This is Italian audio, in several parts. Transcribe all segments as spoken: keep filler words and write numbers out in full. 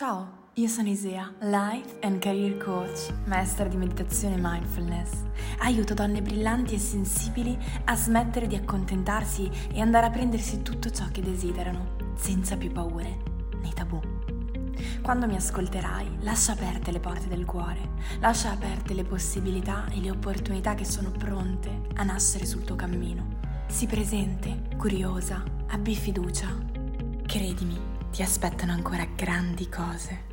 Ciao, io sono Isea, Life and Career Coach, maestra di meditazione e mindfulness. Aiuto donne brillanti e sensibili a smettere di accontentarsi e andare a prendersi tutto ciò che desiderano, senza più paure né tabù. Quando mi ascolterai, lascia aperte le porte del cuore, lascia aperte le possibilità e le opportunità che sono pronte a nascere sul tuo cammino. Sii presente, curiosa, abbi fiducia. Credimi, ti aspettano ancora grandi cose.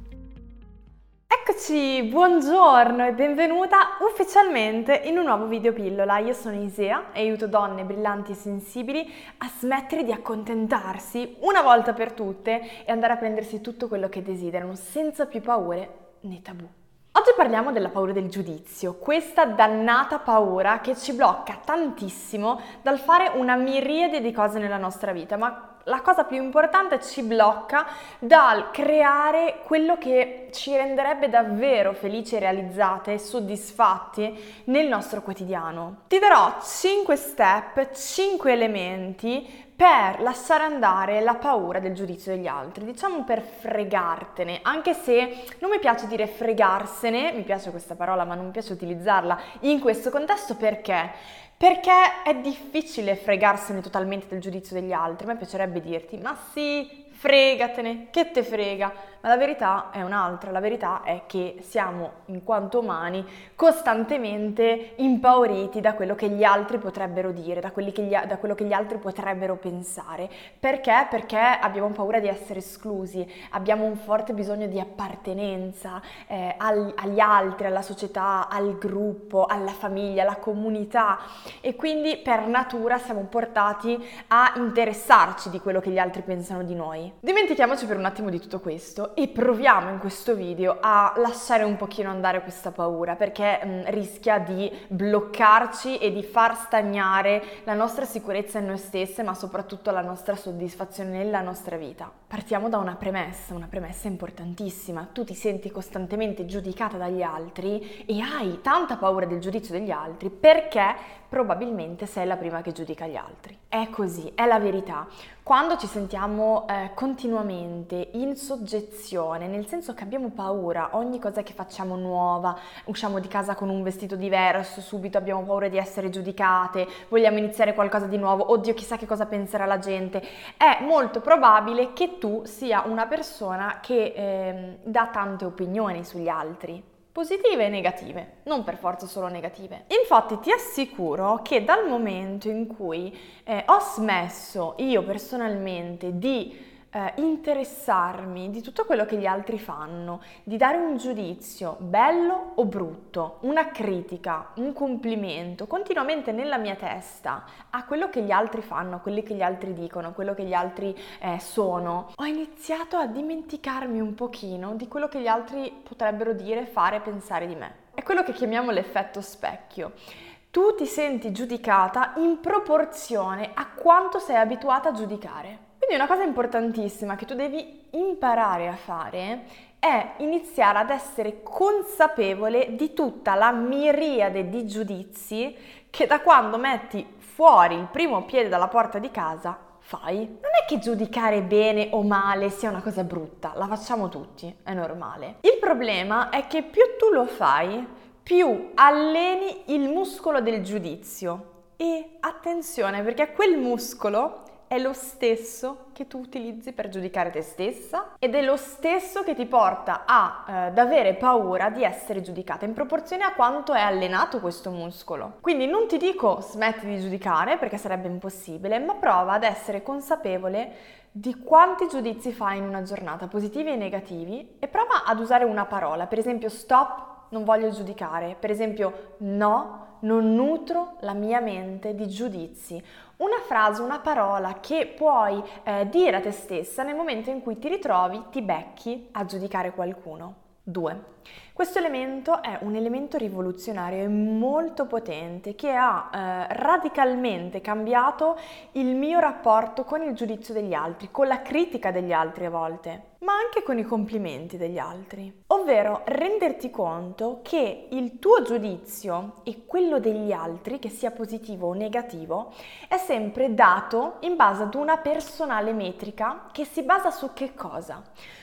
Eccoci, buongiorno e benvenuta ufficialmente in un nuovo video pillola. Io sono Isea e aiuto donne brillanti e sensibili a smettere di accontentarsi una volta per tutte e andare a prendersi tutto quello che desiderano senza più paure né tabù. Oggi parliamo della paura del giudizio, questa dannata paura che ci blocca tantissimo dal fare una miriade di cose nella nostra vita, ma la cosa più importante ci blocca dal creare quello che ci renderebbe davvero felici, realizzate e soddisfatti nel nostro quotidiano. Ti darò cinque step, cinque elementi per lasciare andare la paura del giudizio degli altri, diciamo per fregartene, anche se non mi piace dire fregarsene, mi piace questa parola ma non mi piace utilizzarla in questo contesto. Perché? Perché è difficile fregarsene totalmente del giudizio degli altri. A me piacerebbe dirti, ma sì, fregatene, che te frega? Ma la verità è un'altra, la verità è che siamo, in quanto umani, costantemente impauriti da quello che gli altri potrebbero dire, da, quelli che gli, da quello che gli altri potrebbero pensare. Perché? Perché abbiamo paura di essere esclusi, abbiamo un forte bisogno di appartenenza eh, al, agli altri, alla società, al gruppo, alla famiglia, alla comunità, e quindi per natura siamo portati a interessarci di quello che gli altri pensano di noi. Dimentichiamoci per un attimo di tutto questo e proviamo in questo video a lasciare un pochino andare questa paura, perché mh, rischia di bloccarci e di far stagnare la nostra sicurezza in noi stesse, ma soprattutto la nostra soddisfazione nella nostra vita. Partiamo da una premessa, una premessa importantissima. Tu ti senti costantemente giudicata dagli altri e hai tanta paura del giudizio degli altri perché probabilmente sei la prima che giudica gli altri. È così, è la verità. Quando ci sentiamo eh, continuamente in soggezione, nel senso che abbiamo paura, ogni cosa che facciamo nuova, usciamo di casa con un vestito diverso, subito abbiamo paura di essere giudicate, vogliamo iniziare qualcosa di nuovo, oddio chissà che cosa penserà la gente, è molto probabile che tu sia una persona che eh, dà tante opinioni sugli altri. Positive e negative, non per forza solo negative. Infatti ti assicuro che dal momento in cui eh, ho smesso io personalmente di eh, interessarmi di tutto quello che gli altri fanno, di dare un giudizio bello o brutto, una critica, un complimento continuamente nella mia testa a quello che gli altri fanno, a quelli che gli altri dicono, a quello che gli altri eh, sono, ho iniziato a dimenticarmi un pochino di quello che gli altri potrebbero dire, fare, pensare di me. È quello che chiamiamo l'effetto specchio. Tu ti senti giudicata in proporzione a quanto sei abituata a giudicare. Quindi una cosa importantissima che tu devi imparare a fare è iniziare ad essere consapevole di tutta la miriade di giudizi che da quando metti fuori il primo piede dalla porta di casa fai. Non è che giudicare bene o male sia una cosa brutta, la facciamo tutti, è normale. Il problema è che più tu lo fai, più alleni il muscolo del giudizio. E attenzione, perché quel muscolo è lo stesso che tu utilizzi per giudicare te stessa ed è lo stesso che ti porta a, eh, ad avere paura di essere giudicata in proporzione a quanto è allenato questo muscolo. Quindi non ti dico smetti di giudicare perché sarebbe impossibile, ma prova ad essere consapevole di quanti giudizi fai in una giornata, positivi e negativi, e prova ad usare una parola, per esempio stop, non voglio giudicare, per esempio no, non nutro la mia mente di giudizi. Una frase, una parola che puoi eh, dire a te stessa nel momento in cui ti ritrovi, ti becchi a giudicare qualcuno. Due. Questo elemento è un elemento rivoluzionario e molto potente che ha eh, radicalmente cambiato il mio rapporto con il giudizio degli altri, con la critica degli altri a volte, ma anche con i complimenti degli altri. Ovvero renderti conto che il tuo giudizio e quello degli altri, che sia positivo o negativo, è sempre dato in base ad una personale metrica che si basa su che cosa?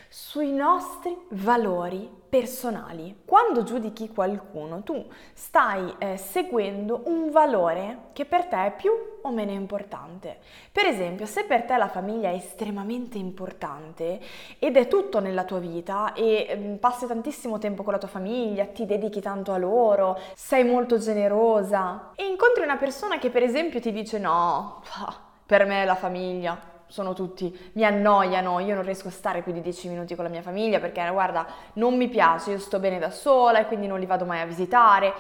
sui nostri valori personali. Quando giudichi qualcuno, tu stai eh, seguendo un valore che per te è più o meno importante. Per esempio, se per te la famiglia è estremamente importante ed è tutto nella tua vita e eh, passi tantissimo tempo con la tua famiglia, ti dedichi tanto a loro, sei molto generosa e incontri una persona che per esempio ti dice no, per me la famiglia sono tutti, mi annoiano, io non riesco a stare più di dieci minuti con la mia famiglia perché guarda, non mi piace, io sto bene da sola e quindi non li vado mai a visitare.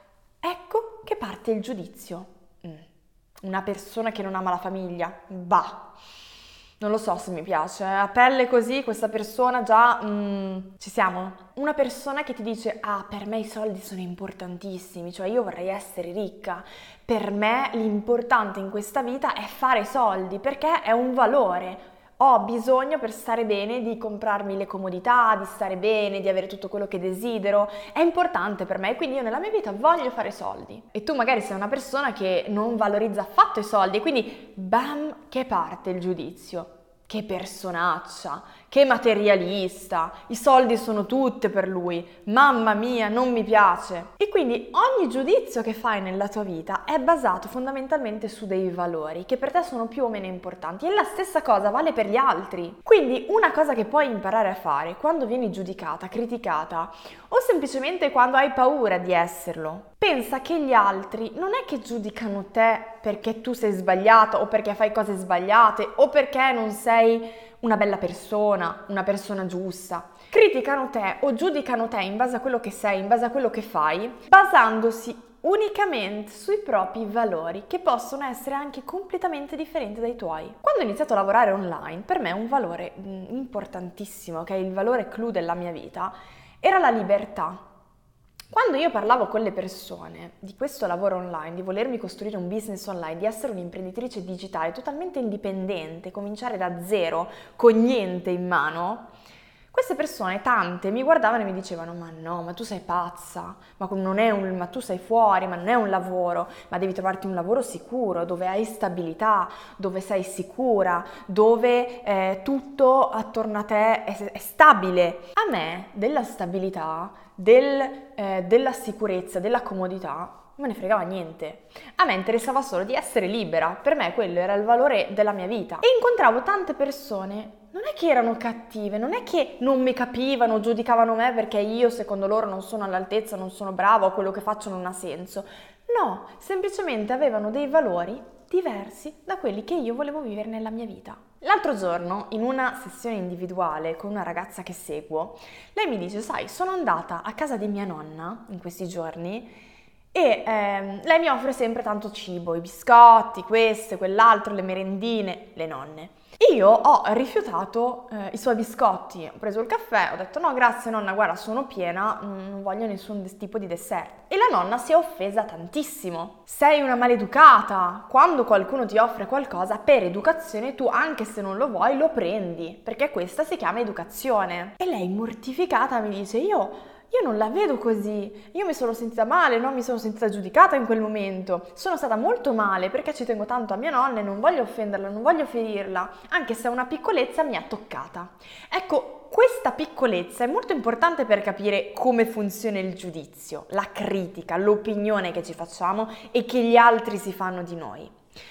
Ecco che parte il giudizio. Mm. Una persona che non ama la famiglia, bah, non lo so se mi piace, a pelle così questa persona già, mm, ci siamo? Una persona che ti dice, ah, per me i soldi sono importantissimi, cioè io vorrei essere ricca, per me l'importante in questa vita è fare soldi, perché è un valore. Ho bisogno per stare bene di comprarmi le comodità, di stare bene, di avere tutto quello che desidero, è importante per me e quindi io nella mia vita voglio fare soldi. E tu magari sei una persona che non valorizza affatto i soldi e quindi bam, che parte il giudizio. Che personaccia, che materialista, i soldi sono tutte per lui, mamma mia, non mi piace. E quindi ogni giudizio che fai nella tua vita è basato fondamentalmente su dei valori che per te sono più o meno importanti e la stessa cosa vale per gli altri. Quindi una cosa che puoi imparare a fare quando vieni giudicata, criticata o semplicemente quando hai paura di esserlo, pensa che gli altri non è che giudicano te perché tu sei sbagliata o perché fai cose sbagliate o perché non sei una bella persona, una persona giusta. Criticano te o giudicano te in base a quello che sei, in base a quello che fai, basandosi unicamente sui propri valori, che possono essere anche completamente differenti dai tuoi. Quando ho iniziato a lavorare online, per me un valore mh, importantissimo, che è il valore clou della mia vita, era la libertà. Quando io parlavo con le persone di questo lavoro online, di volermi costruire un business online, di essere un'imprenditrice digitale totalmente indipendente, cominciare da zero, con niente in mano, queste persone, tante, mi guardavano e mi dicevano ma no, ma tu sei pazza, ma, non è un, ma tu sei fuori, ma non è un lavoro, ma devi trovarti un lavoro sicuro, dove hai stabilità, dove sei sicura, dove eh, tutto attorno a te è, è stabile. A me della stabilità, del, eh, della sicurezza, della comodità, non me ne fregava niente. A me interessava solo di essere libera, per me quello era il valore della mia vita. E incontravo tante persone, non è che erano cattive, non è che non mi capivano, giudicavano me perché io secondo loro non sono all'altezza, non sono brava o quello che faccio non ha senso. No, semplicemente avevano dei valori diversi da quelli che io volevo vivere nella mia vita. L'altro giorno, in una sessione individuale con una ragazza che seguo, lei mi dice, sai, sono andata a casa di mia nonna in questi giorni e ehm, lei mi offre sempre tanto cibo, i biscotti, questo, quell'altro, le merendine, le nonne. Io ho rifiutato eh, i suoi biscotti, ho preso il caffè, ho detto no grazie nonna, guarda sono piena, non voglio nessun des- tipo di dessert. E la nonna si è offesa tantissimo. Sei una maleducata, quando qualcuno ti offre qualcosa per educazione tu anche se non lo vuoi lo prendi, perché questa si chiama educazione. E lei mortificata mi dice io... Io non la vedo così, io mi sono sentita male, no? Mi sono sentita giudicata in quel momento, sono stata molto male perché ci tengo tanto a mia nonna e non voglio offenderla, non voglio ferirla, anche se una piccolezza mi ha toccata. Ecco, questa piccolezza è molto importante per capire come funziona il giudizio, la critica, l'opinione che ci facciamo e che gli altri si fanno di noi.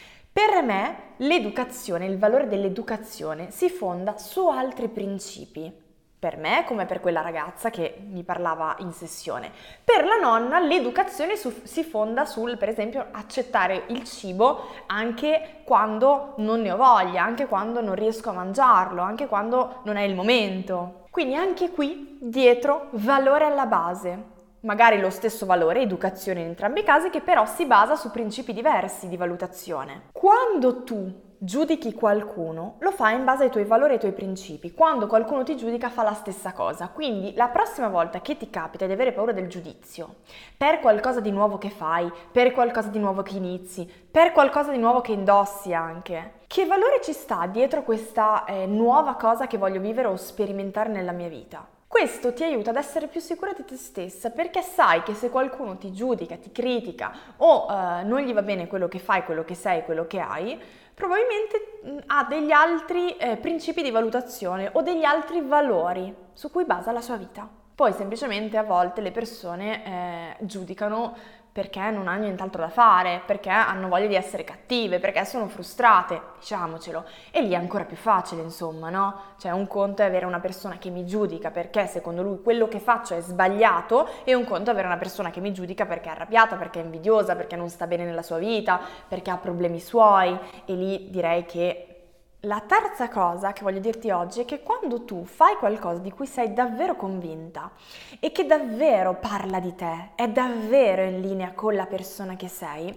Per me l'educazione, il valore dell'educazione si fonda su altri principi. Per me, come per quella ragazza che mi parlava in sessione. Per la nonna l'educazione su- si fonda sul, per esempio, accettare il cibo anche quando non ne ho voglia, anche quando non riesco a mangiarlo, anche quando non è il momento. Quindi anche qui, dietro, valore alla base. Magari lo stesso valore, educazione in entrambi i casi, che però si basa su principi diversi di valutazione. Quando tu giudichi qualcuno, lo fai in base ai tuoi valori e ai tuoi principi. Quando qualcuno ti giudica fa la stessa cosa. Quindi la prossima volta che ti capita di avere paura del giudizio, per qualcosa di nuovo che fai, per qualcosa di nuovo che inizi, per qualcosa di nuovo che indossi anche, che valore ci sta dietro questa eh, nuova cosa che voglio vivere o sperimentare nella mia vita? Questo ti aiuta ad essere più sicura di te stessa perché sai che se qualcuno ti giudica, ti critica o eh, non gli va bene quello che fai, quello che sei, quello che hai, probabilmente mh, ha degli altri eh, principi di valutazione o degli altri valori su cui basa la sua vita. Poi semplicemente a volte le persone eh, giudicano perché non hanno nient'altro da fare, perché hanno voglia di essere cattive, perché sono frustrate, diciamocelo. E lì è ancora più facile, insomma, no? Cioè un conto è avere una persona che mi giudica perché secondo lui quello che faccio è sbagliato, e un conto è avere una persona che mi giudica perché è arrabbiata, perché è invidiosa, perché non sta bene nella sua vita, perché ha problemi suoi. E lì direi che la terza cosa che voglio dirti oggi è che quando tu fai qualcosa di cui sei davvero convinta e che davvero parla di te, è davvero in linea con la persona che sei,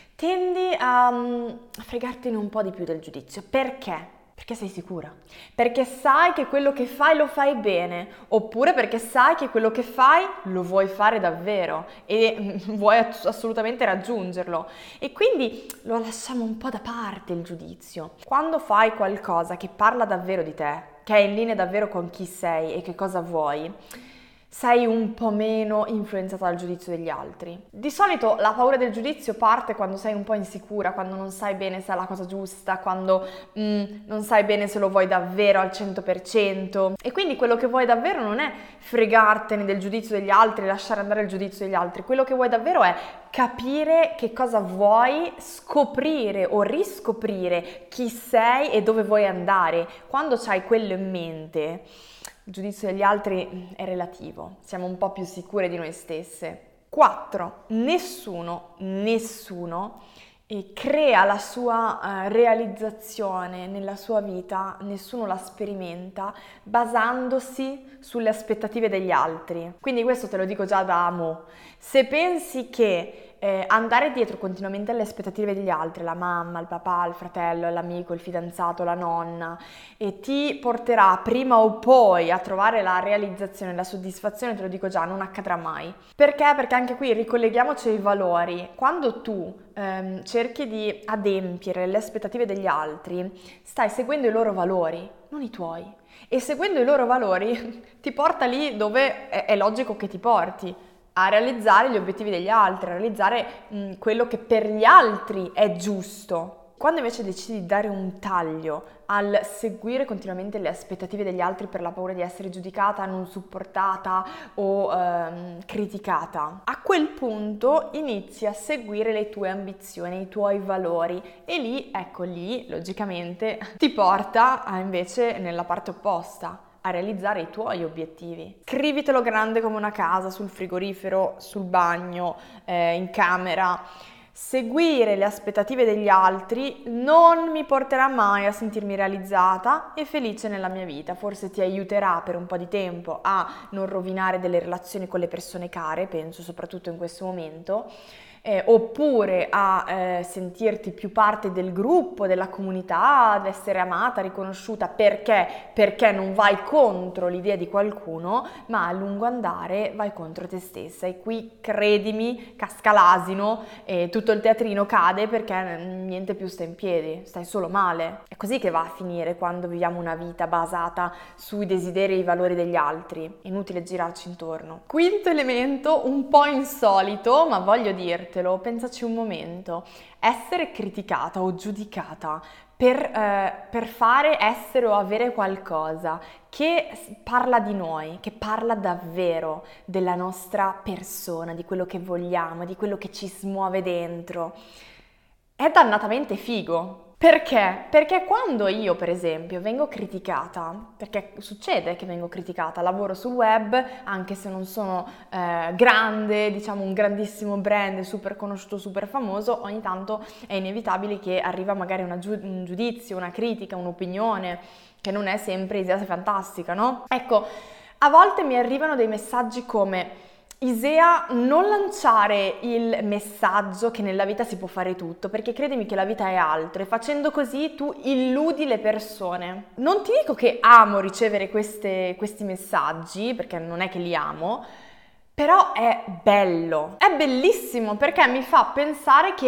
tendi a, a fregartene un po' di più del giudizio. Perché? Perché sei sicura, perché sai che quello che fai lo fai bene, oppure perché sai che quello che fai lo vuoi fare davvero e vuoi assolutamente raggiungerlo, e quindi lo lasciamo un po' da parte il giudizio. Quando fai qualcosa che parla davvero di te, che è in linea davvero con chi sei e che cosa vuoi, sei un po' meno influenzata dal giudizio degli altri. Di solito la paura del giudizio parte quando sei un po' insicura, quando non sai bene se è la cosa giusta, quando mm, non sai bene se lo vuoi davvero al cento per cento. E quindi quello che vuoi davvero non è fregartene del giudizio degli altri, lasciare andare il giudizio degli altri. Quello che vuoi davvero è capire che cosa vuoi, scoprire o riscoprire chi sei e dove vuoi andare. Quando c'hai quello in mente, il giudizio degli altri è relativo, siamo un po' più sicure di noi stesse. quattro. Nessuno, nessuno eh, crea la sua eh, realizzazione nella sua vita, nessuno la sperimenta basandosi sulle aspettative degli altri. Quindi questo te lo dico già da mo'. Se pensi che Eh, andare dietro continuamente alle aspettative degli altri, la mamma, il papà, il fratello, l'amico, il fidanzato, la nonna, e ti porterà prima o poi a trovare la realizzazione, la soddisfazione, te lo dico già, non accadrà mai. Perché? Perché anche qui ricolleghiamoci ai valori. Quando tu ehm, cerchi di adempiere le aspettative degli altri, stai seguendo i loro valori, non i tuoi. E seguendo i loro valori ti porta lì dove è, è logico che ti porti, a realizzare gli obiettivi degli altri, a realizzare mh, quello che per gli altri è giusto. Quando invece decidi di dare un taglio al seguire continuamente le aspettative degli altri per la paura di essere giudicata, non supportata o ehm, criticata, a quel punto inizi a seguire le tue ambizioni, i tuoi valori, e lì, ecco lì, logicamente, ti porta a, invece nella parte opposta, a realizzare i tuoi obiettivi. Scrivitelo grande come una casa, sul frigorifero, sul bagno, eh, in camera. Seguire le aspettative degli altri non mi porterà mai a sentirmi realizzata e felice nella mia vita. Forse ti aiuterà per un po' di tempo a non rovinare delle relazioni con le persone care, penso soprattutto in questo momento, Eh, oppure a eh, sentirti più parte del gruppo, della comunità, ad essere amata, riconosciuta. Perché? Perché non vai contro l'idea di qualcuno, ma a lungo andare vai contro te stessa, e qui, credimi, casca l'asino e tutto il teatrino cade, perché niente più sta in piedi, stai solo male. È così che va a finire quando viviamo una vita basata sui desideri e i valori degli altri. È inutile girarci intorno. Quinto elemento, un po' insolito, ma voglio dirti, pensaci un momento: essere criticata o giudicata per, eh, per fare, essere o avere qualcosa che parla di noi, che parla davvero della nostra persona, di quello che vogliamo, di quello che ci smuove dentro, è dannatamente figo. Perché? Perché quando io, per esempio, vengo criticata, perché succede che vengo criticata, lavoro sul web, anche se non sono eh, grande, diciamo un grandissimo brand, super conosciuto, super famoso, ogni tanto è inevitabile che arriva magari una giu- un giudizio, una critica, un'opinione, che non è sempre Isea sei fantastica, no? Ecco, a volte mi arrivano dei messaggi come: Isea, non lanciare il messaggio che nella vita si può fare tutto, perché credimi che la vita è altro, e facendo così tu illudi le persone. Non ti dico che amo ricevere queste, questi messaggi, perché non è che li amo, però è bello, è bellissimo, perché mi fa pensare che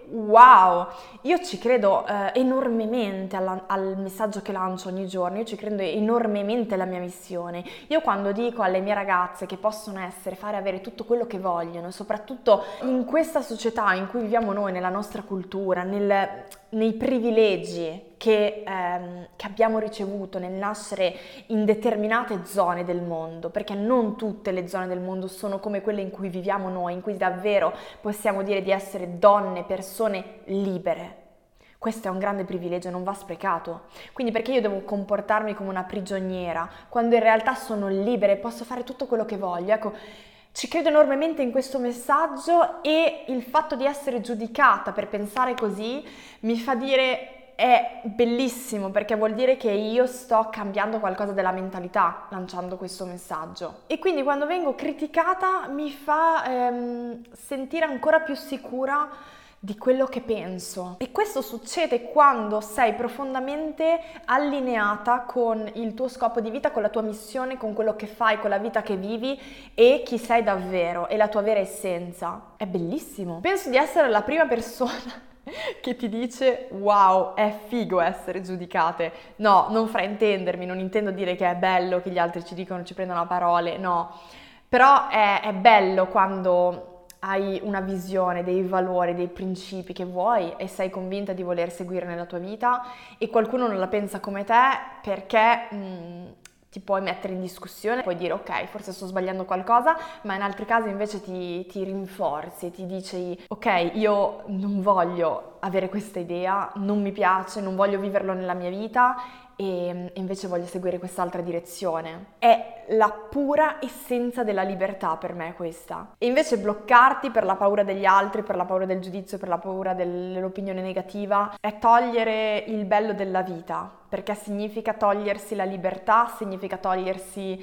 wow, io ci credo eh, enormemente alla, al messaggio che lancio ogni giorno, io ci credo enormemente alla mia missione. Io quando dico alle mie ragazze che possono essere, fare avere tutto quello che vogliono, soprattutto in questa società in cui viviamo noi, nella nostra cultura, nel, nei privilegi che, ehm, che abbiamo ricevuto nel nascere in determinate zone del mondo, perché non tutte le zone del mondo sono come quelle in cui viviamo noi, in cui davvero possiamo dire di essere donne, persone libere. Questo è un grande privilegio, non va sprecato. Quindi perché io devo comportarmi come una prigioniera, quando in realtà sono libera e posso fare tutto quello che voglio? Ecco, ci credo enormemente in questo messaggio e il fatto di essere giudicata per pensare così mi fa dire è bellissimo, perché vuol dire che io sto cambiando qualcosa della mentalità lanciando questo messaggio. E quindi quando vengo criticata mi fa ehm, sentire ancora più sicura di quello che penso. E questo succede quando sei profondamente allineata con il tuo scopo di vita, con la tua missione, con quello che fai, con la vita che vivi e chi sei davvero e la tua vera essenza. È bellissimo. Penso di essere la prima persona che ti dice wow, è figo essere giudicate. No, non fraintendermi, non intendo dire che è bello che gli altri ci dicono, ci prendono a parole, no. Però è, è bello quando hai una visione, dei valori, dei principi che vuoi e sei convinta di voler seguire nella tua vita e qualcuno non la pensa come te perché mh, ti puoi mettere in discussione, puoi dire ok, forse sto sbagliando qualcosa, ma in altri casi invece ti, ti rinforzi, ti dici ok, io non voglio avere questa idea, non mi piace, non voglio viverlo nella mia vita e invece voglio seguire quest'altra direzione. È la pura essenza della libertà per me questa. E invece bloccarti per la paura degli altri, per la paura del giudizio, per la paura dell'opinione negativa, è togliere il bello della vita, perché significa togliersi la libertà, significa togliersi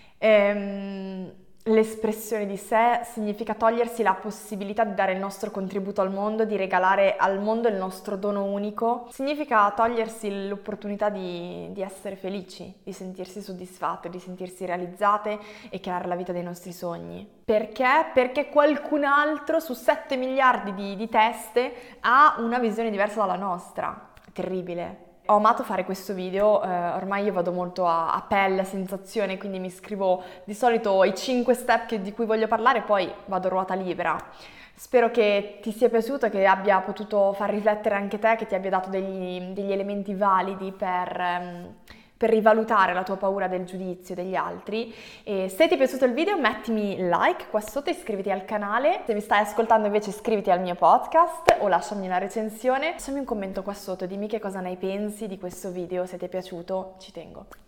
ehm, l'espressione di sé, significa togliersi la possibilità di dare il nostro contributo al mondo, di regalare al mondo il nostro dono unico, significa togliersi l'opportunità di, di essere felici, di sentirsi soddisfatte, di sentirsi realizzate e creare la vita dei nostri sogni. Perché? Perché qualcun altro su sette miliardi di, di teste ha una visione diversa dalla nostra. È terribile. Ho amato fare questo video, eh, ormai io vado molto a, a pelle, a sensazione, quindi mi scrivo di solito i cinque step che, di cui voglio parlare e poi vado a ruota libera. Spero che ti sia piaciuto, che abbia potuto far riflettere anche te, che ti abbia dato degli, degli elementi validi per... Um, per rivalutare la tua paura del giudizio degli altri. E se ti è piaciuto il video mettimi like qua sotto, iscriviti al canale, se mi stai ascoltando invece iscriviti al mio podcast o lasciami una recensione, lasciami un commento qua sotto, dimmi che cosa ne pensi di questo video, se ti è piaciuto, ci tengo.